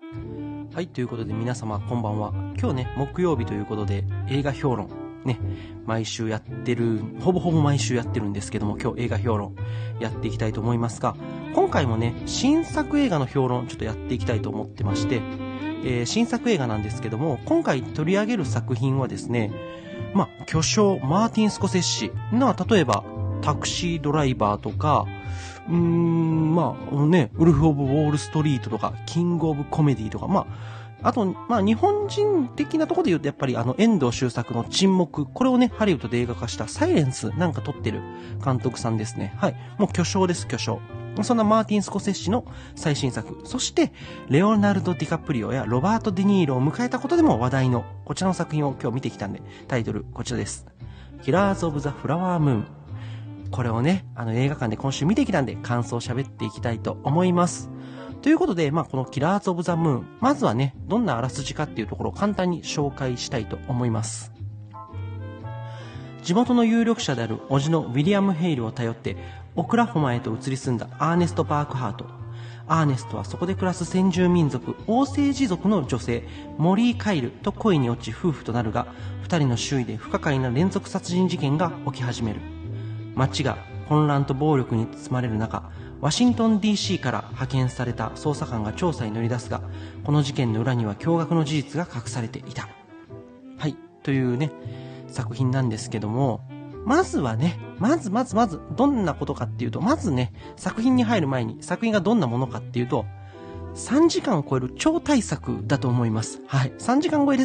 はい、ということで皆様こんばんは。今日ね、木曜日ということで映画評論ね、毎週やってる、ほぼ毎週やってるんですけども、今日映画評論やっていきたいと思いますが、今回もね、新作映画の評論ちょっとやっていきたいと思ってまして、新作映画なんですけども、今回取り上げる作品はですね、巨匠マーティン・スコセッシの、例えばタクシードライバーとか、ウルフ・オブ・ウォール・ストリートとか、キング・オブ・コメディとか、あと、日本人的なところで言うと、やっぱり遠藤周作の沈黙、これをね、ハリウッドで映画化したサイレンスなんか撮ってる監督さんですね。はい。もう巨匠です、巨匠。そんなマーティン・スコセッシの最新作、そして、レオナルド・ディカプリオやロバート・デ・ニーロを迎えたことでも話題の、こちらの作品を今日見てきたんで、タイトル、こちらです。キラーズ・オブ・ザ・フラワームーン。これをね、映画館で今週見てきたんで、感想を喋っていきたいと思います。ということで、このキラーズ・オブ・ザ・ムーン、まずはね、どんなあらすじかっていうところを簡単に紹介したいと思います。地元の有力者である叔父のウィリアム・ヘイルを頼って、オクラホマへと移り住んだアーネスト・バークハート。アーネストはそこで暮らす先住民族、オーセージ族の女性、モリー・カイルと恋に落ち夫婦となるが、二人の周囲で不可解な連続殺人事件が起き始める。街が混乱と暴力に包まれる中、ワシントン DC から派遣された捜査官が調査に乗り出すが、この事件の裏には驚愕の事実が隠されていた。はい、というね、作品なんですけども、まずどんなことかっていうと、まずね、作品に入る前に作品がどんなものかっていうと、3時間を超える超大作だと思います。はい。3時間超えです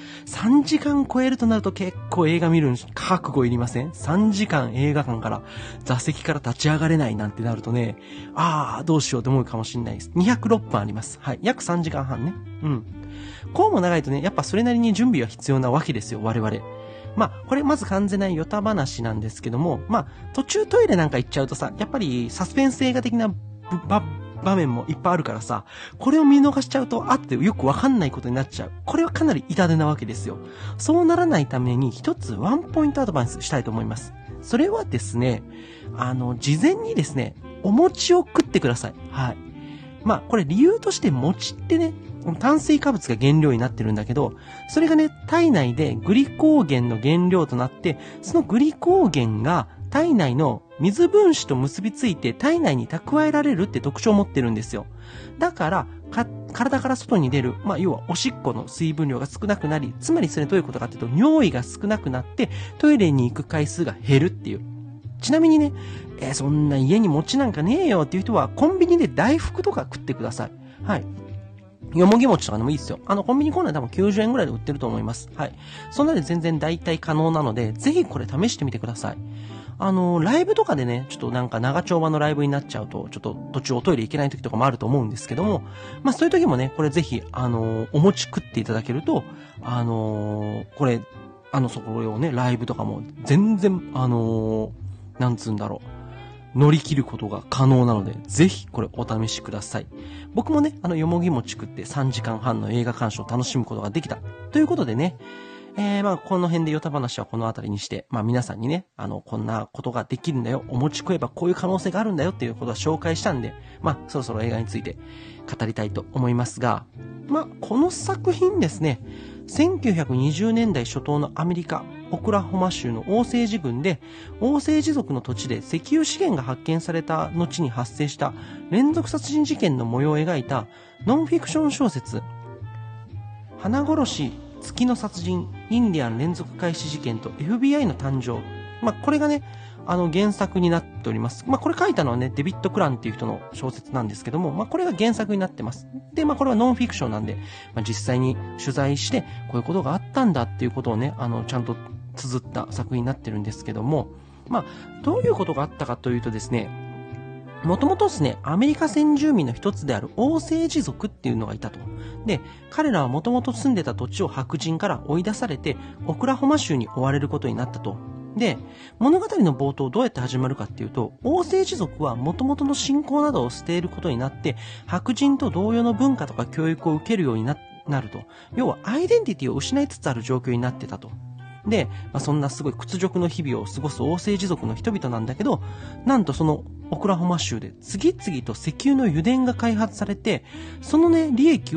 。3時間超えるとなると結構映画見るの覚悟いりません ?3 時間映画館から座席から立ち上がれないなんてなるとね、どうしようと思うかもしれないです。206分あります。はい。約3時間半ね。うん。こうも長いとね、やっぱそれなりに準備は必要なわけですよ、我々。これまず完全なヨタ話なんですけども、途中トイレなんか行っちゃうとさ、やっぱりサスペンス映画的な場面もいっぱいあるからさ、これを見逃しちゃうと、ってよくわかんないことになっちゃう。これはかなり痛手なわけですよ。そうならないために一つワンポイントアドバイスしたいと思います。それはですね、事前にですね、お餅を食ってください。はい。これ理由として餅ってね、炭水化物が原料になってるんだけど、それがね、体内でグリコーゲンの原料となって、そのグリコーゲンが体内の水分子と結びついて体内に蓄えられるって特徴を持ってるんですよ。だから、体から外に出る、要はおしっこの水分量が少なくなり、つまりそれどういうことかっていうと、尿意が少なくなってトイレに行く回数が減るっていう。ちなみにね、そんな家に餅なんかねえよっていう人は、コンビニで大福とか食ってください。はい。よもぎ餅とかでもいいですよ。コンビニコーナーで多分90円ぐらいで売ってると思います。はい。そんなで全然代替可能なので、ぜひこれ試してみてください。ライブとかでね、ちょっとなんか長丁場のライブになっちゃうと、ちょっと途中おトイレ行けない時とかもあると思うんですけども、そういう時もね、これぜひ、お餅食っていただけると、これをね、ライブとかも全然、なんつうんだろう。乗り切ることが可能なので、ぜひこれお試しください。僕もね、よもぎ餅食って3時間半の映画鑑賞を楽しむことができた。ということでね、この辺でヨタ話はこのあたりにして、皆さんにね、こんなことができるんだよ。お餅食えばこういう可能性があるんだよっていうことは紹介したんで、そろそろ映画について語りたいと思いますが、この作品ですね、1920年代初頭のアメリカ、オクラホマ州のオーセージ郡で、オーセージ族の土地で石油資源が発見された後に発生した連続殺人事件の模様を描いたノンフィクション小説、花殺し、月の殺人、インディアン連続開始事件と FBI の誕生。これがね、原作になっております。これ書いたのはね、デビッド・クランっていう人の小説なんですけども、これが原作になってます。で、これはノンフィクションなんで、実際に取材して、こういうことがあったんだっていうことをね、ちゃんと綴った作品になってるんですけども、どういうことがあったかというとですね、もともとですね、アメリカ先住民の一つであるオーセージ族っていうのがいたと。で、彼らはもともと住んでた土地を白人から追い出されて、オクラホマ州に追われることになったと。で、物語の冒頭どうやって始まるかっていうと、オーセージ族は元々の信仰などを捨てることになって、白人と同様の文化とか教育を受けるようになると。要はアイデンティティを失いつつある状況になってたと。で、そんなすごい屈辱の日々を過ごす王政治族の人々なんだけど、なんとそのオクラホマ州で次々と石油の油田が開発されて、そのね、利益を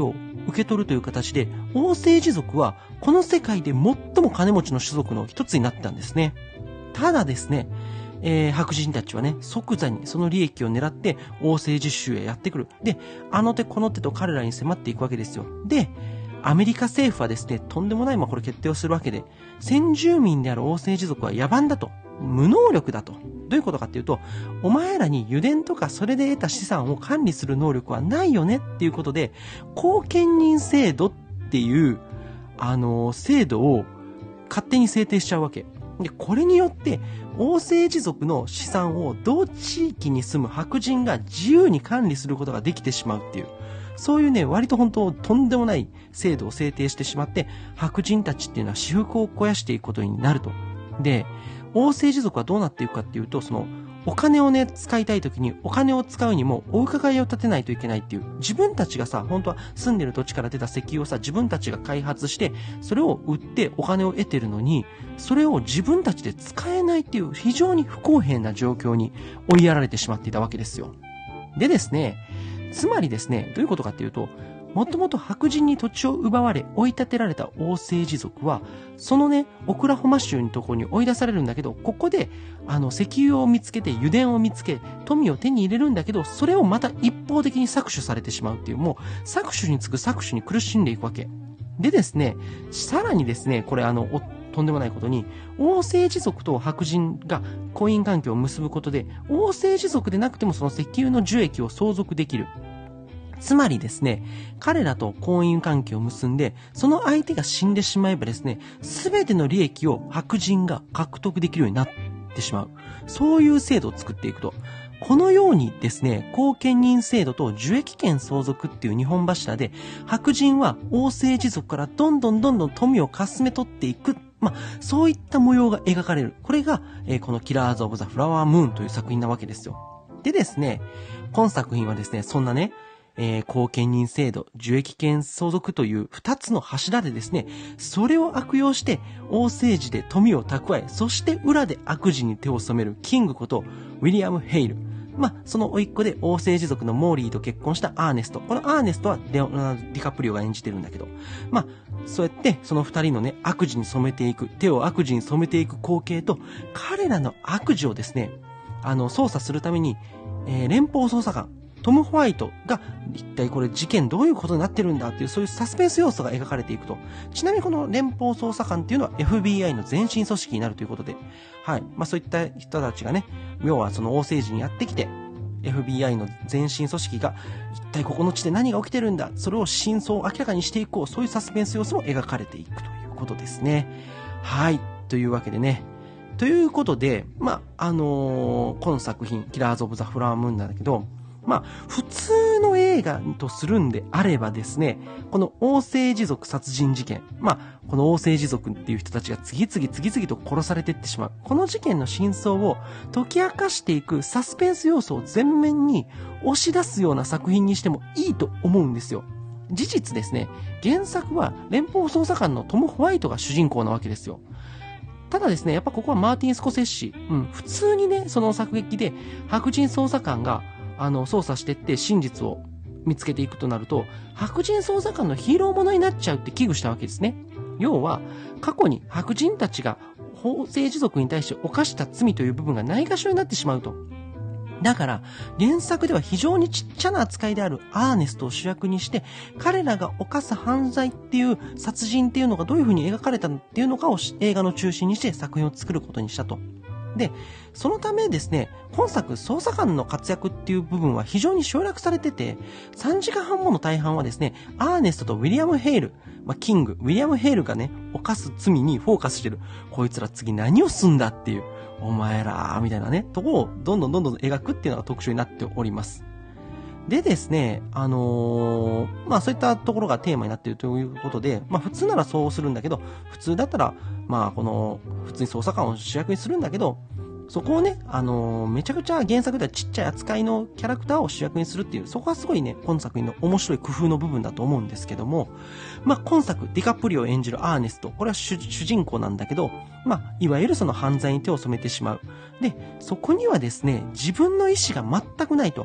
受け取るという形で、王政治族はこの世界で最も金持ちの種族の一つになったんですね。ただですね、白人たちはね、即座にその利益を狙って王政治州へやってくる。で、あの手この手と彼らに迫っていくわけですよ。で、アメリカ政府はですね、とんでもないこれ決定をするわけで、先住民である王政治族は野蛮だと。無能力だと。どういうことかっていうと、お前らに油田とかそれで得た資産を管理する能力はないよねっていうことで、後見人制度っていう、制度を勝手に制定しちゃうわけ。で、これによって、王政治族の資産を同地域に住む白人が自由に管理することができてしまうっていう、そういうね、割と本当とんでもない制度を制定してしまって、白人たちっていうのは私腹を肥やしていくことになると。で、王政治族はどうなっていくかっていうと、お金をね、使いたいときにお金を使うにもお伺いを立てないといけないっていう、自分たちがさ、本当は住んでる土地から出た石油をさ、自分たちが開発して、それを売ってお金を得てるのに、それを自分たちで使えないっていう非常に不公平な状況に追いやられてしまっていたわけですよ。でですね、つまりですね、どういうことかっていうと、もともと白人に土地を奪われ追い立てられた王政治族は、そのね、オクラホマ州のところに追い出されるんだけど、ここで、石油を見つけて、油田を見つけ、富を手に入れるんだけど、それをまた一方的に搾取されてしまうっていう、もう、搾取に次ぐ搾取に苦しんでいくわけ。でですね、さらにですね、これとんでもないことに、王政治族と白人が婚姻関係を結ぶことで、王政治族でなくてもその石油の受益を相続できる。つまりですね、彼らと婚姻関係を結んで、その相手が死んでしまえばですね、すべての利益を白人が獲得できるようになってしまう。そういう制度を作っていくと。このようにですね、後見人制度と受益権相続っていう二本柱で、白人は王政治族からどんどん富をかすめ取っていく。そういった模様が描かれる。これが、このキラーズ・オブ・ザ・フラワームーンという作品なわけですよ。でですね、今作品はですね、そんなね、後見人制度、受益権相続という二つの柱でですね、それを悪用して王政治で富を蓄え、そして裏で悪事に手を染めるキングことウィリアム・ヘイル。その甥っ子で王政治族のモーリーと結婚したアーネスト。このアーネストはディカプリオが演じてるんだけど、そうやってその二人のね、悪事に染めていく、手を悪事に染めていく光景と、彼らの悪事をですね、捜査するために、連邦捜査官、トム・ホワイトが一体これ事件どういうことになってるんだっていうそういうサスペンス要素が描かれていくと。ちなみにこの連邦捜査官っていうのは FBI の前身組織になるということで、はい。そういった人たちがね、要はその王政治にやってきて、FBI の前身組織が一体ここの地で何が起きてるんだ、それを真相を明らかにしていこう、そういうサスペンス要素も描かれていくということですね。はい。というわけでね。ということで、この作品、キラーズ・オブ・ザ・フラワームーンなんだけど、普通の映画とするんであればですね、この王政治族殺人事件、この王政治族っていう人たちが次々と殺されていってしまう。この事件の真相を解き明かしていくサスペンス要素を前面に押し出すような作品にしてもいいと思うんですよ。事実ですね、原作は連邦捜査官のトム・ホワイトが主人公なわけですよ。ただですね、やっぱここはマーティン・スコセッシ、普通にね、その作劇で白人捜査官が捜査してって真実を見つけていくとなると、白人捜査官のヒーローものになっちゃうって危惧したわけですね。要は、過去に白人たちが法政治族に対して犯した罪という部分がないがしろになってしまうと。だから、原作では非常にちっちゃな扱いであるアーネストを主役にして、彼らが犯す犯罪っていう殺人っていうのがどういう風に描かれたのっていうのかを映画の中心にして作品を作ることにしたと。で、そのためですね、本作捜査官の活躍っていう部分は非常に省略されてて、3時間半もの大半はですね、アーネストとウィリアム・ヘイル、キング、ウィリアム・ヘイルがね、犯す罪にフォーカスしてる。こいつら次何をすんだっていう、お前ら、みたいなね、とこをどんどん描くっていうのが特徴になっております。でですね、そういったところがテーマになっているということで、普通ならそうするんだけど、普通だったら、普通に捜査官を主役にするんだけど、そこをね、めちゃくちゃ原作ではちっちゃい扱いのキャラクターを主役にするっていう、そこはすごいね、今作品の面白い工夫の部分だと思うんですけども、今作、ディカプリオを演じるアーネスト、これは主人公なんだけど、いわゆるその犯罪に手を染めてしまう。で、そこにはですね、自分の意思が全くないと。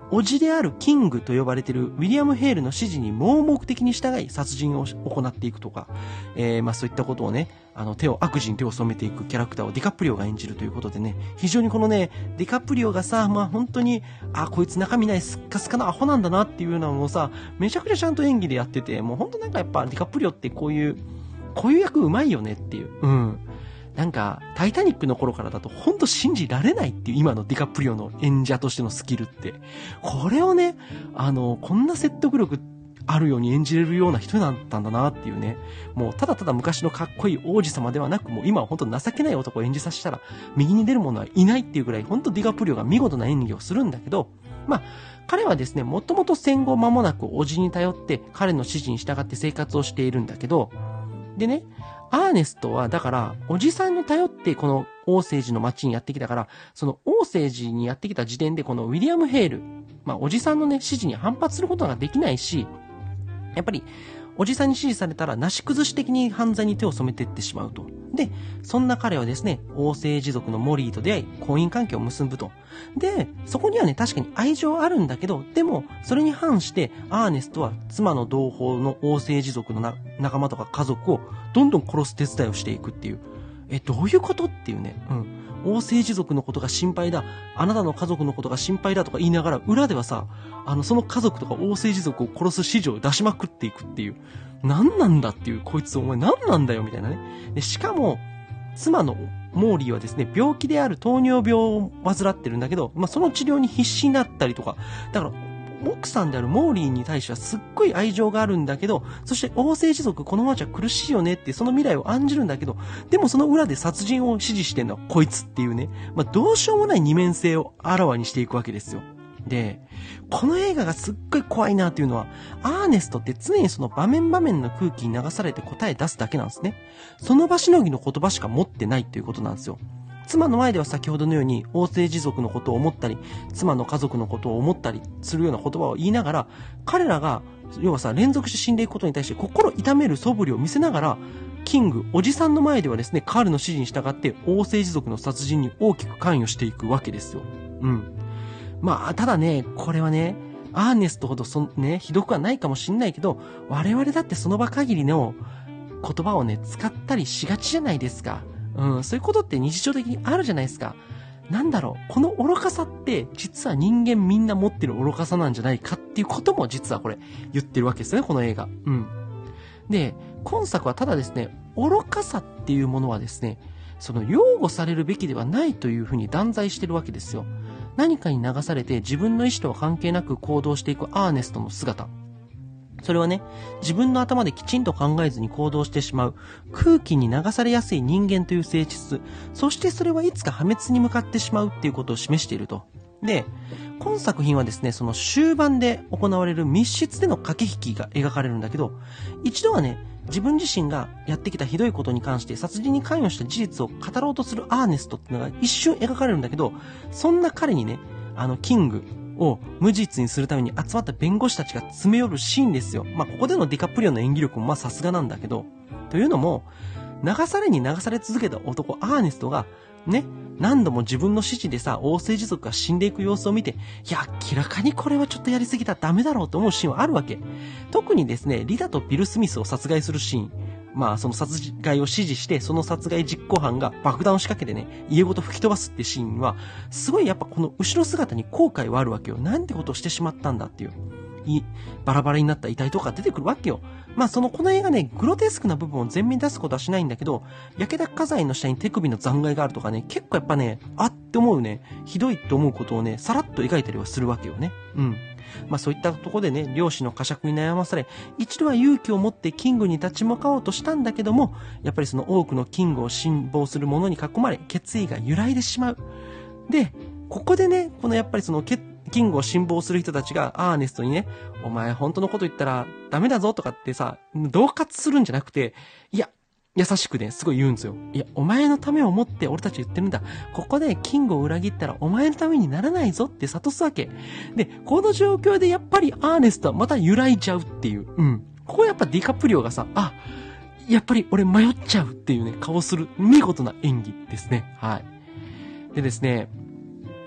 叔父であるキングと呼ばれているウィリアム・ヘイルの指示に盲目的に従い殺人を行っていくとか、そういったことをね、悪事に手を染めていくキャラクターをディカプリオが演じるということでね、非常にこのね、ディカプリオがさ、本当に、こいつ中身ないスッカスカなアホなんだなっていうのをさ、めちゃくちゃちゃんと演技でやってて、もう本当なんかやっぱディカプリオってこういう役うまいよねっていう。なんか、タイタニックの頃からだとほんと信じられないっていう今のディカプリオの演者としてのスキルって。これをね、こんな説得力あるように演じれるような人だったんだなっていうね。もうただただ昔のかっこいい王子様ではなく、もう今はほんと情けない男を演じさせたら右に出る者はいないっていうぐらいほんとディカプリオが見事な演技をするんだけど、彼はですね、もともと戦後間もなく叔父に頼って彼の指示に従って生活をしているんだけど、でね、アーネストは、だから、おじさんに頼って、この、オーセージの町にやってきたから、その、オーセージにやってきた時点で、このウィリアム・ヘイル、おじさんのね、指示に反発することができないし、やっぱり、おじさんに指示されたら、なし崩し的に犯罪に手を染めていってしまうと。で、そんな彼はですね、王政治族のモリーと出会い、婚姻関係を結ぶと。で、そこにはね、確かに愛情あるんだけど、でも、それに反して、アーネストは妻の同胞の王政治族の仲間とか家族を、どんどん殺す手伝いをしていくっていう。どういうことっていうね。王政治族のことが心配だ。あなたの家族のことが心配だとか言いながら、裏ではさ、その家族とか王政治族を殺す指示を出しまくっていくっていう。何なんだっていう、こいつお前何なんだよみたいなね。で、しかも、妻のモーリーはですね、病気である糖尿病を患ってるんだけど、その治療に必死になったりとか、だから、奥さんであるモーリーに対してはすっごい愛情があるんだけど、そして王政治族このままじゃ苦しいよねってその未来を案じるんだけど、でもその裏で殺人を指示してんのはこいつっていうね、どうしようもない二面性をあらわにしていくわけですよ。で、この映画がすっごい怖いなっていうのは、アーネストって常にその場面場面の空気に流されて答え出すだけなんですね。その場しのぎの言葉しか持ってないっていうことなんですよ。妻の前では先ほどのように王政治族のことを思ったり、妻の家族のことを思ったりするような言葉を言いながら、彼らが、要はさ、連続して死んでいくことに対して心痛める素振りを見せながら、キング、おじさんの前ではですね、彼の指示に従って王政治族の殺人に大きく関与していくわけですよ。ただね、これはね、アーネストほどひどくはないかもしんないけど、我々だってその場限りの言葉をね、使ったりしがちじゃないですか。そういうことって日常的にあるじゃないですか。なんだろう、この愚かさって実は人間みんな持ってる愚かさなんじゃないかっていうことも実はこれ言ってるわけですね、この映画。で、今作はただですね、愚かさっていうものはですね、その擁護されるべきではないというふうに断罪してるわけですよ。何かに流されて自分の意思とは関係なく行動していくアーネストの姿。それはね、自分の頭できちんと考えずに行動してしまう、空気に流されやすい人間という性質、そしてそれはいつか破滅に向かってしまうっていうことを示していると。で、今作品はですね、その終盤で行われる密室での駆け引きが描かれるんだけど、一度はね、自分自身がやってきたひどいことに関して殺人に関与した事実を語ろうとするアーネストっていうのが一瞬描かれるんだけど、そんな彼にね、キングを無実にするために集まった弁護士たちが詰め寄るシーンですよ。ここでのディカプリオの演技力もさすがなんだけど、というのも、流されに流され続けた男アーネストが、ね、何度も自分の指示でさ、王政治族が死んでいく様子を見て、いや、明らかにこれはちょっとやりすぎたらダメだろうと思うシーンはあるわけ。特にですね、リダとビル・スミスを殺害するシーン。その殺害を指示して、その殺害実行犯が爆弾を仕掛けてね、家ごと吹き飛ばすってシーンは、すごいやっぱこの後ろ姿に後悔はあるわけよ。なんてことをしてしまったんだっていう。バラバラになった遺体とか出てくるわけよ。この映画ね、グロテスクな部分を前面に出すことはしないんだけど、焼けた家財の下に手首の残骸があるとかね、結構やっぱね、あって思うね、ひどいって思うことをね、さらっと描いたりはするわけよね。そういったところでね、漁師の呵責に悩まされ、一度は勇気を持ってキングに立ち向かおうとしたんだけども、やっぱりその多くのキングを信望する者に囲まれ、決意が揺らいでしまう。で、ここでね、このやっぱりそのキングを信望する人たちがアーネストにね、お前本当のこと言ったらダメだぞとかってさ、恫喝するんじゃなくて、いや、優しくね、すごい言うんですよ。いや、お前のためを思って俺たち言ってるんだ。ここでキングを裏切ったらお前のためにならないぞって諭すわけ。で、この状況でやっぱりアーネストはまた揺らいじゃうっていう。ここやっぱディカプリオがさ、やっぱり俺迷っちゃうっていうね、顔する見事な演技ですね。はい。でですね、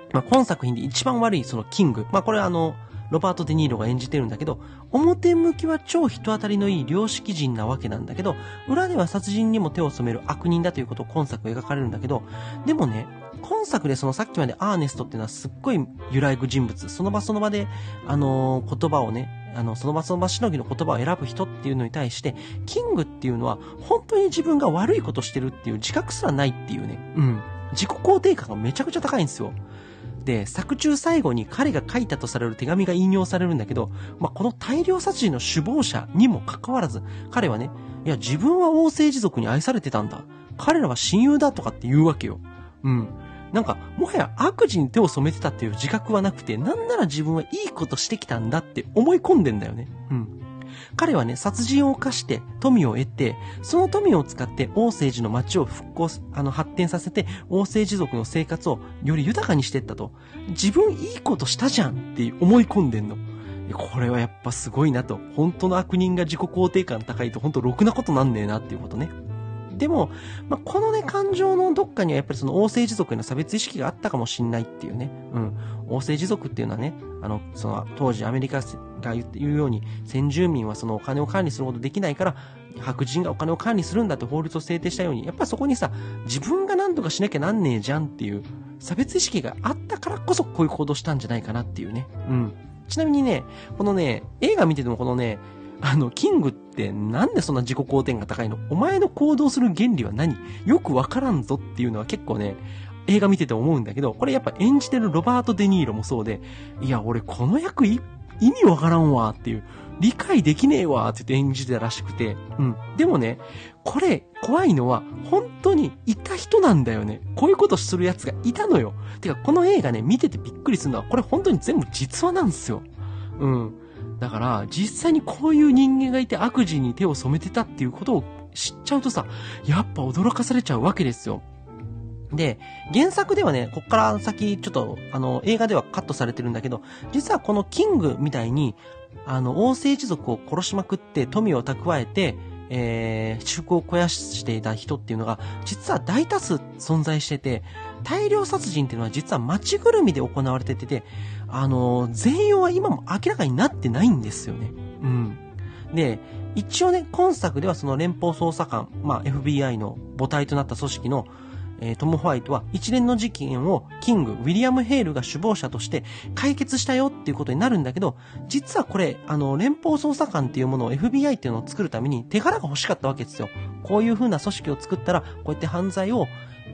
まあ、今作品で一番悪いそのキング。まあ、これはロバート・デ・ニーロが演じてるんだけど、表向きは超人当たりのいい良識人なわけなんだけど、裏では殺人にも手を染める悪人だということを今作描かれるんだけど、でもね、今作でそのさっきまでアーネストっていうのはすっごい揺らぐ人物、その場その場で、言葉をね、その場その場しのぎの言葉を選ぶ人っていうのに対して、キングっていうのは本当に自分が悪いことしてるっていう自覚すらないっていうね、自己肯定感がめちゃくちゃ高いんですよ。で、作中最後に彼が書いたとされる手紙が引用されるんだけど、この大量殺人の首謀者にもかかわらず、彼はね、いや、自分は王政治族に愛されてたんだ。彼らは親友だとかって言うわけよ。なんか、もはや悪事に手を染めてたっていう自覚はなくて、なんなら自分はいいことしてきたんだって思い込んでんだよね。彼はね、殺人を犯して富を得て、その富を使って王政治の町を発展させて、王政治族の生活をより豊かにしていったと。自分いいことしたじゃんって思い込んでんの。これはやっぱすごいなと。本当の悪人が自己肯定感高いと本当ろくなことなんねえなっていうことね。でも、このね、感情のどっかにはやっぱりその王政治族への差別意識があったかもしんないっていうね。王政治族っていうのはね、その当時アメリカが言うように、先住民はそのお金を管理することできないから、白人がお金を管理するんだって法律を制定したように、やっぱりそこにさ、自分が何とかしなきゃなんねえじゃんっていう差別意識があったからこそこういう行動したんじゃないかなっていうね。ちなみにね、このね、映画見ててもこのね、キングってなんでそんな自己肯定が高いの？お前の行動する原理は何？よくわからんぞっていうのは結構ね、映画見てて思うんだけど、これやっぱ演じてるロバート・デ・ニーロもそうで、いや、俺この役意味わからんわっていう、理解できねえわって言って演じてたらしくて、でもね、これ怖いのは本当にいた人なんだよね。こういうことする奴がいたのよ。てかこの映画ね、見ててびっくりするのは、これ本当に全部実話なんですよ。だから、実際にこういう人間がいて悪事に手を染めてたっていうことを知っちゃうとさ、やっぱ驚かされちゃうわけですよ。で、原作ではね、こっから先、ちょっと、映画ではカットされてるんだけど、実はこのキングみたいに、王政治族を殺しまくって富を蓄えて、私腹を肥やしていた人っていうのが、実は大多数存在してて、大量殺人っていうのは実は町ぐるみで行われてて、全容は今も明らかになってないんですよね。で、一応ね、今作ではその連邦捜査官、FBI の母体となった組織の、トム・ホワイトは一連の事件をキング、ウィリアム・ヘイルが首謀者として解決したよっていうことになるんだけど、実はこれ、連邦捜査官っていうものを FBI っていうのを作るために手柄が欲しかったわけですよ。こういう風な組織を作ったら、こうやって犯罪を、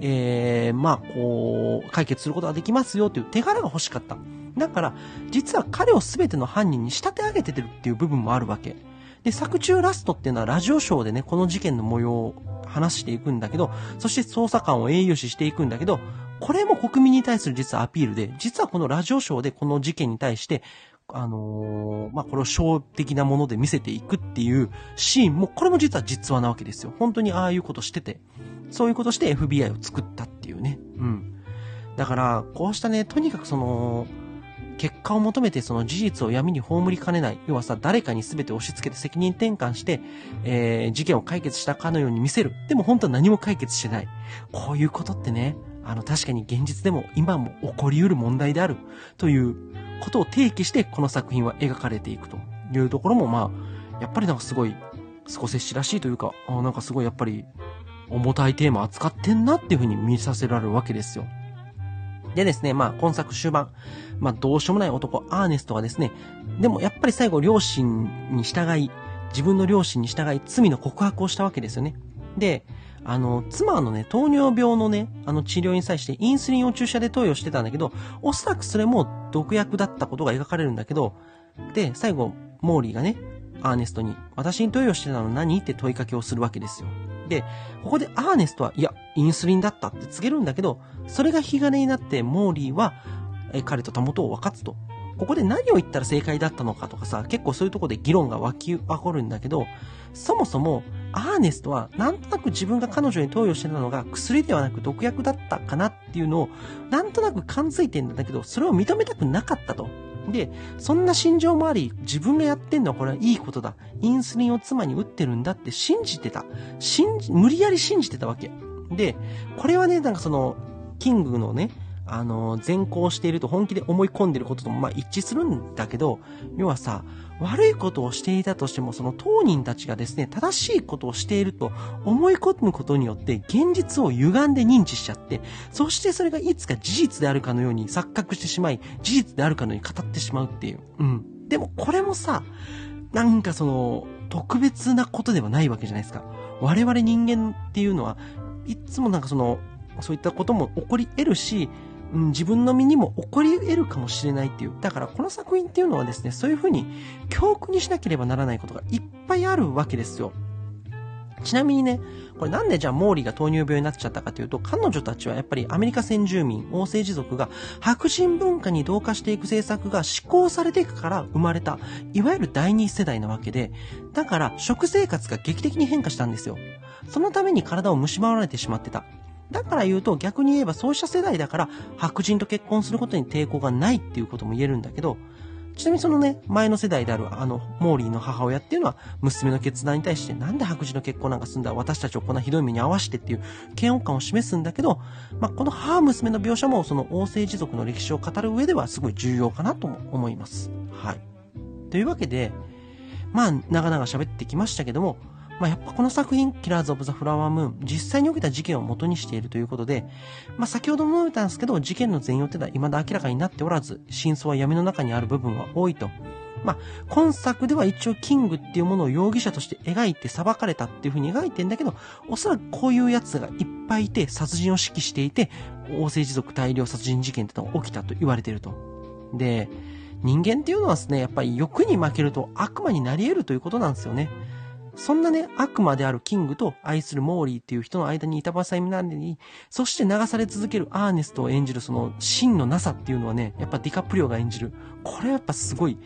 解決することができますよという手柄が欲しかった。だから、実は彼を全ての犯人に仕立て上げてるっていう部分もあるわけ。で、作中ラストっていうのはラジオショーでね、この事件の模様を話していくんだけど、そして捜査官を英雄視していくんだけど、これも国民に対する実はアピールで、実はこのラジオショーでこの事件に対して、これをショー的なもので見せていくっていうシーンも、これも実は実話なわけですよ。本当にああいうことしてて、そういうことして FBI を作ったっていうね。だから、こうしたね、とにかくその、結果を求めてその事実を闇に葬りかねない。要はさ、誰かに全て押し付けて責任転換して、事件を解決したかのように見せる。でも本当は何も解決してない。こういうことってね、確かに現実でも今も起こり得る問題である。ということを提起して、この作品は描かれていくというところも、やっぱりなんかすごい、スコセッシらしいというか、なんかすごいやっぱり、重たいテーマ扱ってんなっていう風に見させられるわけですよ。でですね、今作終盤、どうしようもない男、アーネストはですね、でもやっぱり最後、両親に従い、自分の両親に従い、罪の告白をしたわけですよね。で、妻のね、糖尿病のね、治療に際してインスリンを注射で投与してたんだけど、おそらくそれも毒薬だったことが描かれるんだけど、で、最後、モーリーがね、アーネストに、私に投与してたの何って問いかけをするわけですよ。で、ここでアーネストは、いや、インスリンだったって告げるんだけど、それが引き金になってモーリーは、彼とたもとを分かつと。ここで何を言ったら正解だったのかとかさ、結構そういうところで議論が湧き起こるんだけど、そもそも、アーネストは、なんとなく自分が彼女に投与してたのが薬ではなく毒薬だったかなっていうのを、なんとなく感づいてんだけど、それを認めたくなかったと。で、そんな心情もあり、自分がやってんのはこれはいいことだ。インスリンを妻に打ってるんだって信じてた。無理やり信じてたわけ。で、これはね、なんかその、キングのね、 善行していると本気で思い込んでいることとも一致するんだけど、要はさ、悪いことをしていたとしても、その当人たちがですね、正しいことをしていると思い込むことによって、現実を歪んで認知しちゃって、そしてそれがいつか事実であるかのように錯覚してしまい、事実であるかのように語ってしまうっていう。でもこれもさ、なんか特別なことではないわけじゃないですか。我々人間っていうのは、いつもそういったことも起こり得るし、自分の身にも起こり得るかもしれないっていう。だからこの作品っていうのはですね、そういうふうに教訓にしなければならないことがいっぱいあるわけですよ。ちなみにね、これなんでじゃあモーリーが糖尿病になっちゃったかというと、彼女たちはやっぱりアメリカ先住民、王政治族が白人文化に同化していく政策が施行されていくから生まれた、いわゆる第二世代なわけで、だから食生活が劇的に変化したんですよ。そのために体を蝕まれてしまってた。だから言うと逆に言えばそうした世代だから白人と結婚することに抵抗がないっていうことも言えるんだけど、ちなみにそのね、前の世代であるモーリーの母親っていうのは、娘の決断に対して、なんで白人の結婚なんかすんだ、私たちをこんなひどい目に遭わしてっていう嫌悪感を示すんだけど、この母娘の描写もその王政治族の歴史を語る上ではすごい重要かなとも思います。はい。というわけで、長々喋ってきましたけども、やっぱこの作品、キラーズ・オブ・ザ・フラワームーン、実際に起きた事件を元にしているということで、先ほども述べたんですけど、事件の全容ってのは未だ明らかになっておらず、真相は闇の中にある部分が多いと。今作では一応キングっていうものを容疑者として描いて裁かれたっていう風に描いてんだけど、おそらくこういうやつがいっぱいいて、殺人を指揮していて、王政治族大量殺人事件ってのが起きたと言われていると。で、人間っていうのはですね、やっぱり欲に負けると悪魔になり得るということなんですよね。そんなね、悪魔であるキングと愛するモーリーっていう人の間に板挟みなのに、そして流され続けるアーネストを演じるその真のなさっていうのはね、やっぱディカプリオが演じる。これはやっぱすごい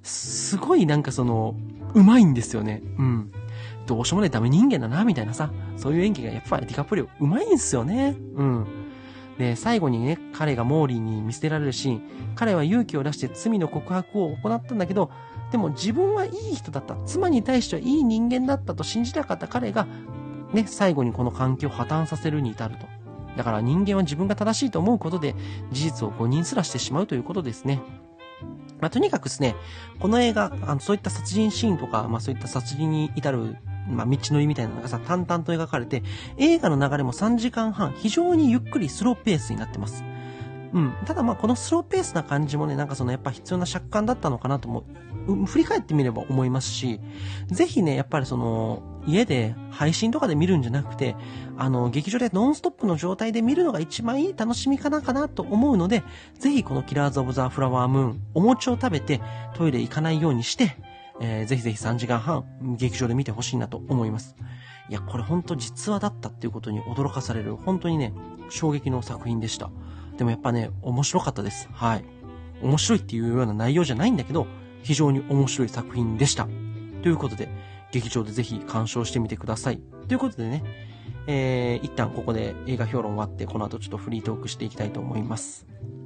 うまいんですよね。どうしようもないダメ人間だな、みたいなさ、そういう演技がやっぱりディカプリオうまいんすよね。で、最後にね、彼がモーリーに見捨てられるシーン、彼は勇気を出して罪の告白を行ったんだけど、でも自分はいい人だった。妻に対してはいい人間だったと信じたかった彼が、ね、最後にこの関係を破綻させるに至ると。だから人間は自分が正しいと思うことで、事実を誤認すらしてしまうということですね。とにかくですね、この映画、そういった殺人シーンとか、そういった殺人に至る、道のりみたいなのがさ、淡々と描かれて、映画の流れも3時間半、非常にゆっくりスローペースになってます。ただこのスローペースな感じもね、やっぱ必要な尺感だったのかなとも、振り返ってみれば思いますし、ぜひね、やっぱり家で配信とかで見るんじゃなくて、劇場でノンストップの状態で見るのが一番いい楽しみかなと思うので、ぜひこのキラーズ・オブ・ザ・フラワームーン、お餅を食べてトイレ行かないようにして、ぜひぜひ3時間半劇場で見てほしいなと思います。いや、これ本当実話だったっていうことに驚かされる、本当にね、衝撃の作品でした。でもやっぱね、面白かったです。はい。面白いっていうような内容じゃないんだけど、非常に面白い作品でした。ということで、劇場でぜひ鑑賞してみてください。ということでね、一旦ここで映画評論終わって、この後ちょっとフリートークしていきたいと思います。